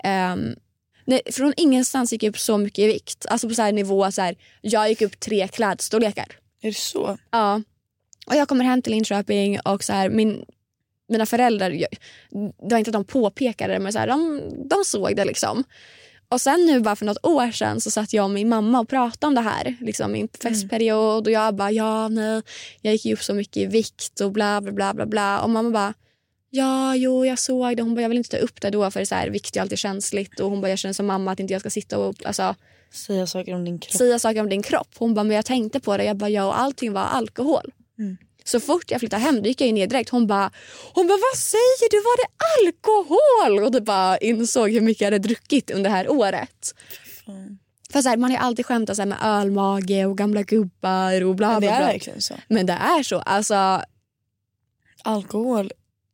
Från ingenstans gick jag upp så mycket i vikt. Alltså på så här nivå, så här, jag gick upp 3 klädstorlekar. Är det så? Ja. Och jag kommer hem till Linköping och så här, mina föräldrar, det var inte att de påpekade det, men så här, de såg det liksom. Och sen nu bara för något år sedan så satt jag och min mamma och pratade om det här. Liksom min festperiod och jag bara, jag gick ju upp så mycket i vikt och bla bla bla bla bla. Och mamma bara, jag såg det. Hon bara, jag vill inte ta upp det då för så här, vikt är alltid känsligt. Och hon bara, jag känner som mamma att inte jag ska sitta och säga saker om din kropp. Hon bara, men jag tänkte på det. Jag bara, och allting var alkohol. Så fort jag flyttade hem, då gick jag ner direkt. Hon bara, vad säger du? Var det alkohol? Och du bara insåg hur mycket jag hade druckit under det här året. För så här, man har ju alltid skämtat så här med ölmage och gamla gubbar och bla bla bla. Men det är verkligen så. Men det är så. Alltså, alkohol,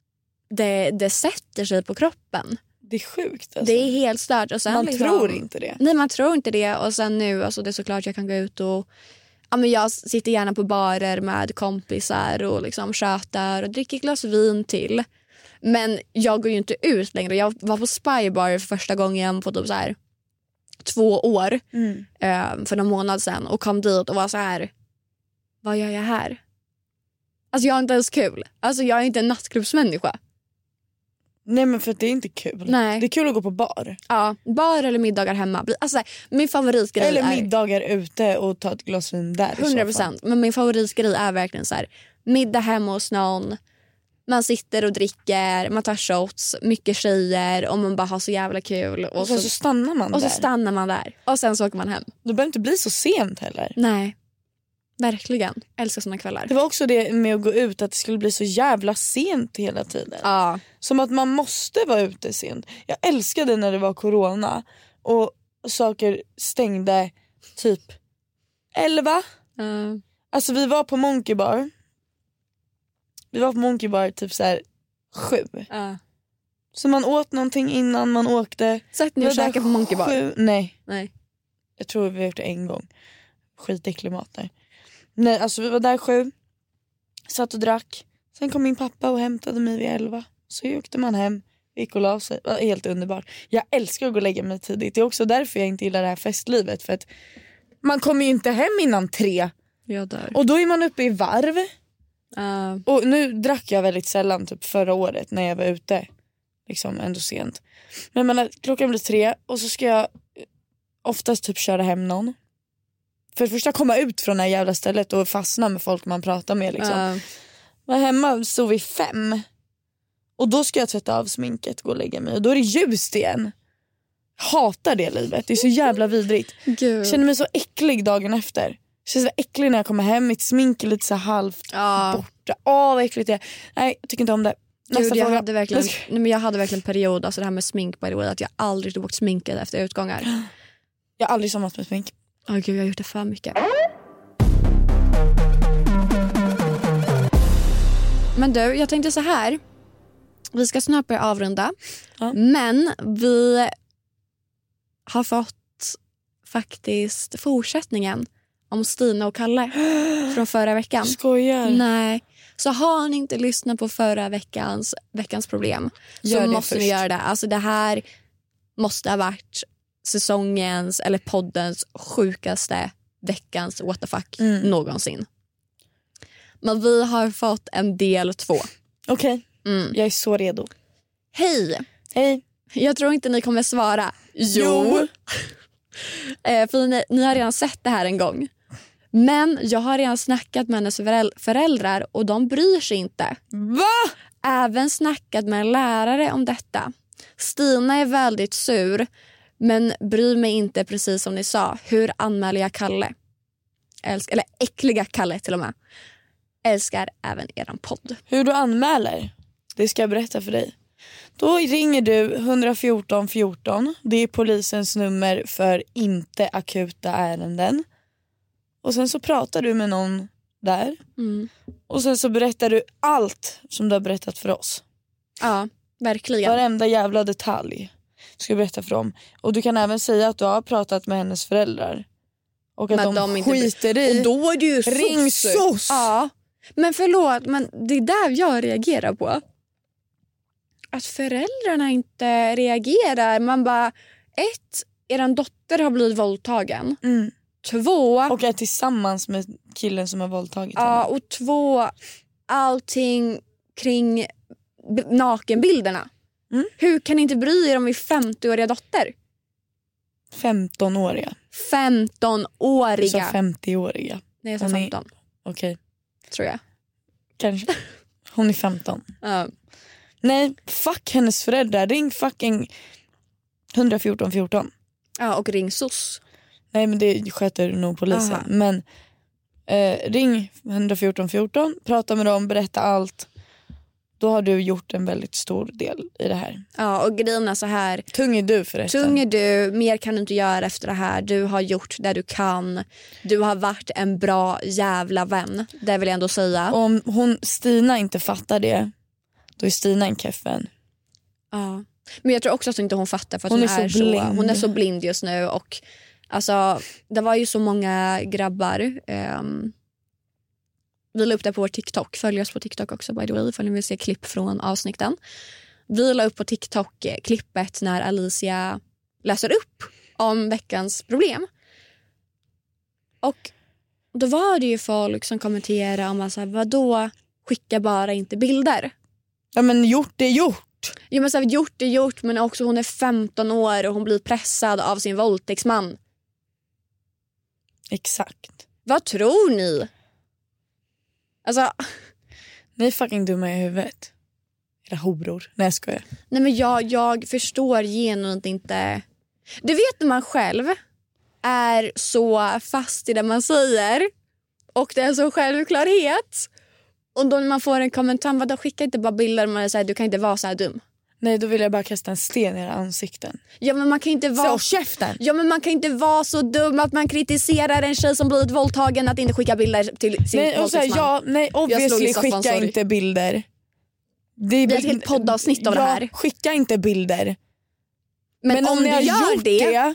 det sätter sig på kroppen. Det är sjukt alltså. Det är helt stört. Och sen, man tror inte det. Nej, man tror inte det. Och sen nu, alltså, det är såklart jag kan gå ut och men jag sitter gärna på barer med kompisar och liksom tjötar och dricker ett glas vin till. Men jag går ju inte ut längre. Jag var på Spybar för första gången på typ så här 2 år för någon månad sedan och kom dit och var så här, vad gör jag här? Alltså jag är inte ens kul. Alltså jag är inte en nattklubbsmänniska. Nej, men för att det är inte kul. Nej. Det är kul att gå på bar. Ja, bar eller middagar hemma. Alltså min favoritgrej eller middagar ute och ta ett glas vin där. 100%. Men min favoritgrej är verkligen så här, middag hemma hos någon. Man sitter och dricker, man tar shots, mycket tjejer och man bara har så jävla kul. Och så stannar man där. Och så stannar man där. Och sen så åker man hem. Det behöver inte bli så sent heller. Nej. Verkligen. Älskar såna kvällar. Det var också det med att gå ut, att det skulle bli så jävla sent hela tiden. Ja. Som att man måste vara ute sent. Jag älskade när det var corona och saker stängde typ 11. Alltså vi var på Monkey Bar. Typ så här 7. Så man åt någonting innan man åkte. Satt ni och käkade på Monkey Bar? 7. Nej. Jag tror vi har gjort det en gång. Skitäcklig mat där. Nej, alltså vi var där 7. Satt och drack. Sen kom min pappa och hämtade mig vid 11. Så åkte man hem. Gick och la sig. Det var helt underbart. Jag älskar att gå och lägga mig tidigt. Det är också därför jag inte gillar det här festlivet. För att man kommer ju inte hem innan 3. Och då är man uppe i varv. Och nu drack jag väldigt sällan typ förra året när jag var ute. Liksom ändå sent. Men klockan blir 3 och så ska jag oftast typ köra hem någon. För det första komma ut från det här jävla stället och fastna med folk man pratar med liksom. Var hemma så vid 5. Och då ska jag tvätta av sminket, gå och lägga mig. Och då är det ljust igen. Hatar det livet, det är så jävla vidrigt. Gud. Känner mig så äcklig dagen efter. Känns så äcklig när jag kommer hem. Mitt smink är lite så halvt borta. Vad äckligt det är. Nej, jag tycker inte om det. Gud, jag hade verkligen period, alltså det här med smink by the way, att jag aldrig tog bort sminket efter utgångar. Jag har aldrig somnat med smink. Gud, jag har gjort det för mycket. Men du, jag tänkte så här. Vi ska snart börja avrunda. Men vi har fått faktiskt fortsättningen om Stina och Kalle från förra veckan. Skojar. Nej. Så har ni inte lyssnat på förra veckans problem, så måste ni göra det. Alltså det här måste ha varit säsongens eller poddens sjukaste veckans what the fuck någonsin. Men vi har fått en del 2. Okej. Jag är så redo. Hej. Jag tror inte ni kommer svara. Jo. För ni har redan sett det här en gång. Men jag har redan snackat med hennes föräldrar och de bryr sig inte. Va? Även snackat med en lärare om detta. Stina är väldigt sur. Men bry mig inte, precis som ni sa. Hur anmäler jag Kalle? Eller äckliga Kalle till och med. Älskar även eran podd. Hur du anmäler, det ska jag berätta för dig. Då ringer du 114 14. Det är polisens nummer för inte akuta ärenden. Och sen så pratar du med någon där. Och sen så berättar du allt som du har berättat för oss. Ja, verkligen. Varenda jävla detalj ska jag berätta för dem. Och du kan även säga att du har pratat med hennes föräldrar. Och att de skiter i. Och då är det ju ring SOS. Ja. Men förlåt, men det är där jag reagerar på. Att föräldrarna inte reagerar. Man bara, 1, eran dotter har blivit våldtagen. 2, och är tillsammans med killen som har våldtagit henne. Ja, och 2, allting kring nakenbilderna. Hur kan ni inte bry er om min 50-åriga dotter? 15-åriga. 15-åriga. Så 50-åriga. Nej, jag sa 15. Okej. Tror jag. Kanske. Hon är 15. Nej, fuck hennes föräldrar. Ring fucking 114 14. Ja, och ring SOS. Nej, men det sköter nog polisen. Aha. Men ring 114 14. Prata med dem, berätta allt. Då har du gjort en väldigt stor del i det här. Ja, och grejen är så här. Tung är du förresten. Tung är du, mer kan du inte göra efter det här. Du har gjort det du kan. Du har varit en bra jävla vän. Det vill jag ändå säga. Om Stina inte fattar det, då är Stina en keffen. Ja. Men jag tror också att inte hon fattar, för att hon är så blind just nu. Och alltså, det var ju så många grabbar. Vi la upp det på vår TikTok. Följ oss på TikTok också, by the way, för ni vill se klipp från avsnitten. Vi la upp på TikTok klippet när Alicia läser upp om veckans problem. Och då var det ju folk som kommenterade om alltså, vadå, skicka bara inte bilder. Ja, men gjort är gjort. Ja, men så här, gjort är gjort, men också hon är 15 år och hon blir pressad av sin våldtäktsman. Exakt. Vad tror ni? Alltså, ni är fucking dumma i huvudet. Era horor. Nej, jag skojar. Nej, men jag förstår genuint inte. Du vet när man själv är så fast i det man säger och det är så självklarhet, och då när man får en kommentar, vadå, skicka inte bara bilder, man säger du kan inte vara så här dum. Nej, då vill jag bara kasta en sten i era ansikten. Ja, men man kan inte vara så käften. Ja, men man kan inte vara så dum att man kritiserar en tjej som blivit våldtagen att inte skicka bilder till sin våldtäktsman. Nej, obviously skicka inte bilder. Det är ett helt poddavsnitt av det här. Skicka inte bilder. Men om ni har gjort det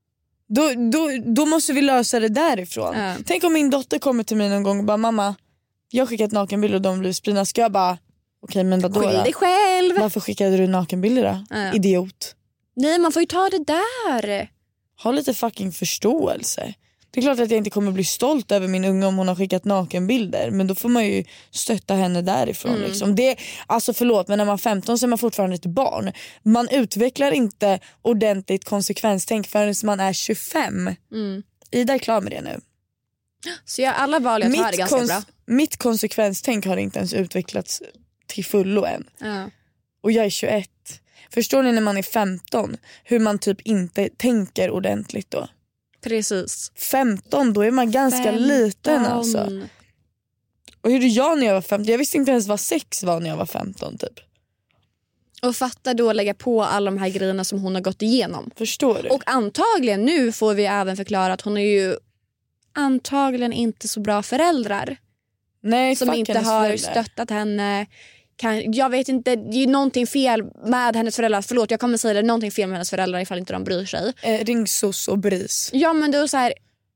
då måste vi lösa det därifrån. Tänk om min dotter kommer till mig någon gång och bara, mamma, jag har skickat nakenbilder och de blir spridna. Ska jag bara, okej, men då skyll dig själv. Varför skickade du nakenbilder då? Idiot. Nej, man får ju ta det där. Ha lite fucking förståelse. Det är klart att jag inte kommer bli stolt över min unge om hon har skickat nakenbilder, men då får man ju stötta henne därifrån. Liksom. Det, alltså förlåt, men när man är 15 så är man fortfarande ett barn. Man utvecklar inte ordentligt konsekvenstänk förrän man är 25. Ida är klar med det nu. Så jag alla val jag tar är ganska bra. Mitt konsekvenstänk har inte ens utvecklats till fullo än. Och jag är 21. Förstår ni när man är 15 hur man typ inte tänker ordentligt då? Precis. 15, då är man ganska liten alltså. Och hur gjorde jag när jag var 15? Jag visste inte ens vad sex var när jag var 15 typ. Och fatta då lägga på alla de här grejerna som hon har gått igenom. Förstår du? Och antagligen nu får vi även förklara att hon är ju antagligen inte så bra föräldrar. Nej, som inte har stöttat henne. Jag vet inte, det är någonting fel med hennes föräldrar. Förlåt, jag kommer säga det, någonting fel med hennes föräldrar ifall inte de bryr sig. Ring SOS och BRIS. Ja, men det är så här,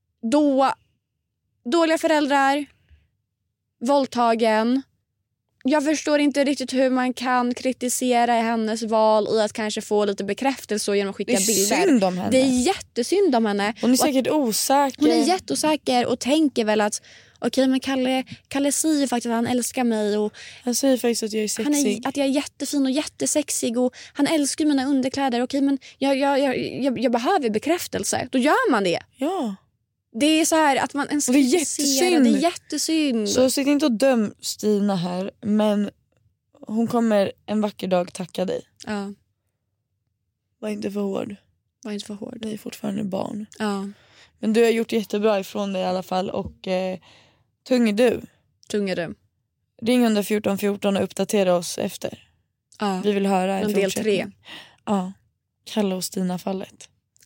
dåliga föräldrar, våldtagen. Jag förstår inte riktigt hur man kan kritisera hennes val i att kanske få lite bekräftelse genom att skicka bilder. Det är synd om henne. Det är jättesynd om henne. Hon är säkert osäker. Hon är jätteosäker och tänker väl att okej, men Kalle säger faktiskt att han älskar mig. Och han säger faktiskt att jag är sexig. Att jag är jättefin och jättesexig. Och han älskar mina underkläder. Okej, men jag behöver bekräftelse. Då gör man det. Ja. Det är så här att man ens kritiserar. Det är jättesynd. Så sitt inte och döm Stina här. Men hon kommer en vacker dag tacka dig. Ja. Var inte för hård. Var inte för hård. Vi är fortfarande barn. Ja. Men du har gjort jättebra ifrån dig i alla fall. Och tung är du. Ring 114 14 och uppdatera oss efter. Ja. Vi vill höra en del 3. Ja. Kalle och Stina-fallet.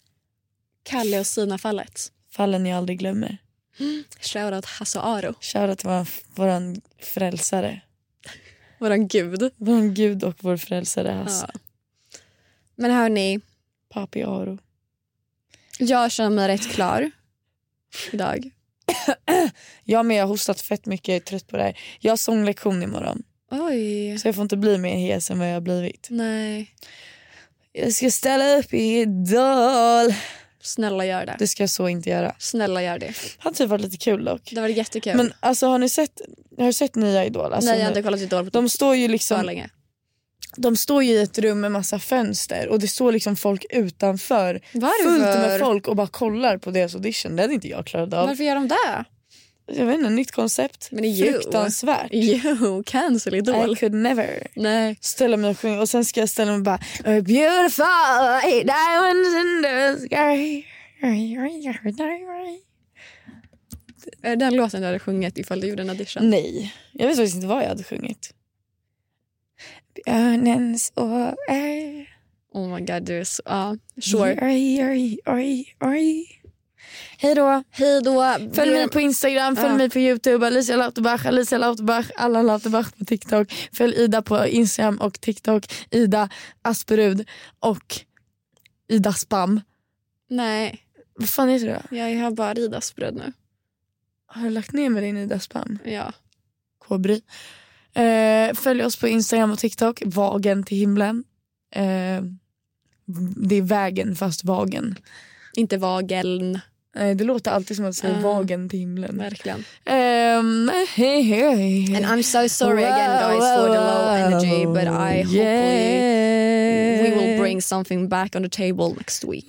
Fallen jag aldrig glömmer. Shoutout Hasse Aro. Shoutout till våran frälsare. Våran gud och vår frälsare Hasse. Ja. Men hörni, Papi Aro. Jag känner mig rätt klar idag. Jag har hostat fett mycket, jag är trött på det här. Jag har sånglektion imorgon. Oj. Så jag får inte bli mer hes än vad jag har blivit. Nej. Jag ska ställa upp i Idol. Snälla gör det. Det ska jag så inte göra. Snälla gör det. Det hade typ varit lite kul dock. Det var jättekul. Men alltså har du sett nya Idol? Alltså, nej, jag har inte kollat Idol på de står ju liksom så länge. De står ju i ett rum med massa fönster och det står liksom folk utanför. Varför? Fullt med folk och bara kollar på deras audition. Det hade inte jag klarat av. Varför gör de det? Jag vet inte, nytt koncept. Men fruktansvärt. Cancel Idol. I could never. Nej. Ställa mig och sjunga och sen ska jag ställa mig och bara a beautiful diamonds in the sky. Den låten du hade sjungit ifall du gjorde en audition? Nej, jag vet faktiskt inte vad jag hade sjungit. Björnens år. Oh my god, du är så... sure. Hej då. Följ mig mig på Instagram, följ mig på YouTube. Alicia Lauterbach, alla Lauterbach på TikTok. Följ Ida på Instagram och TikTok. Ida Asperud och Ida Spam. Nej. Vad fan heter du? Jag har bara Ida Asperud nu. Har du lagt ner med din Ida Spam? Ja. Kobry. Följ oss på Instagram och TikTok. Vagen till himlen. Det är vägen fast vagen. Inte vageln. Det låter alltid som att säga vagen till himlen. Verkligen. And I'm so sorry again guys for the low energy, but I hopefully we will bring something back on the table next week.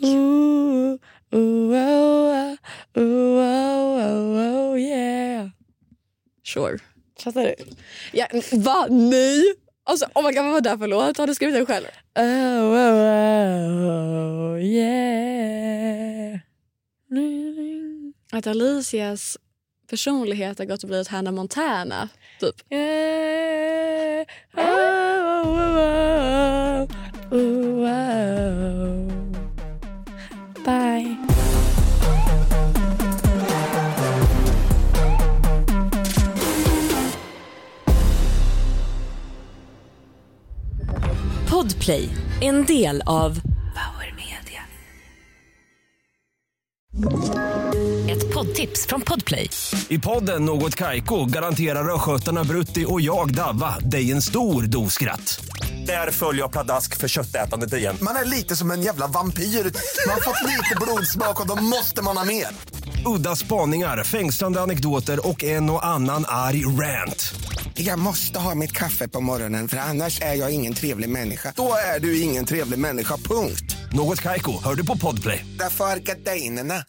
Yeah. Sure. Fattar du? Ja, va? Nej. Alltså, oh my god, vad var det för låt? Har du skrivit den själv? Yeah. Att Alicias personlighet har gått och blivit Hannah Montana, typ. Yeah. Bye. Podplay, en del av Power Media. Ett poddtips från Podplay. I podden Något Kaiko garanterar röskötarna Brutti och jag Davva dig en stor doskratt. Där följer jag pladask för köttätandet igen. Man är lite som en jävla vampyr. Man har fått lite blodsmak och då måste man ha mer. Udda spaningar, fängslande anekdoter och en och annan arg rant. Jag måste ha mitt kaffe på morgonen för annars är jag ingen trevlig människa. Då är du ingen trevlig människa, punkt. Något Kaiko, hör du på Podplay. Därför är gardinerna.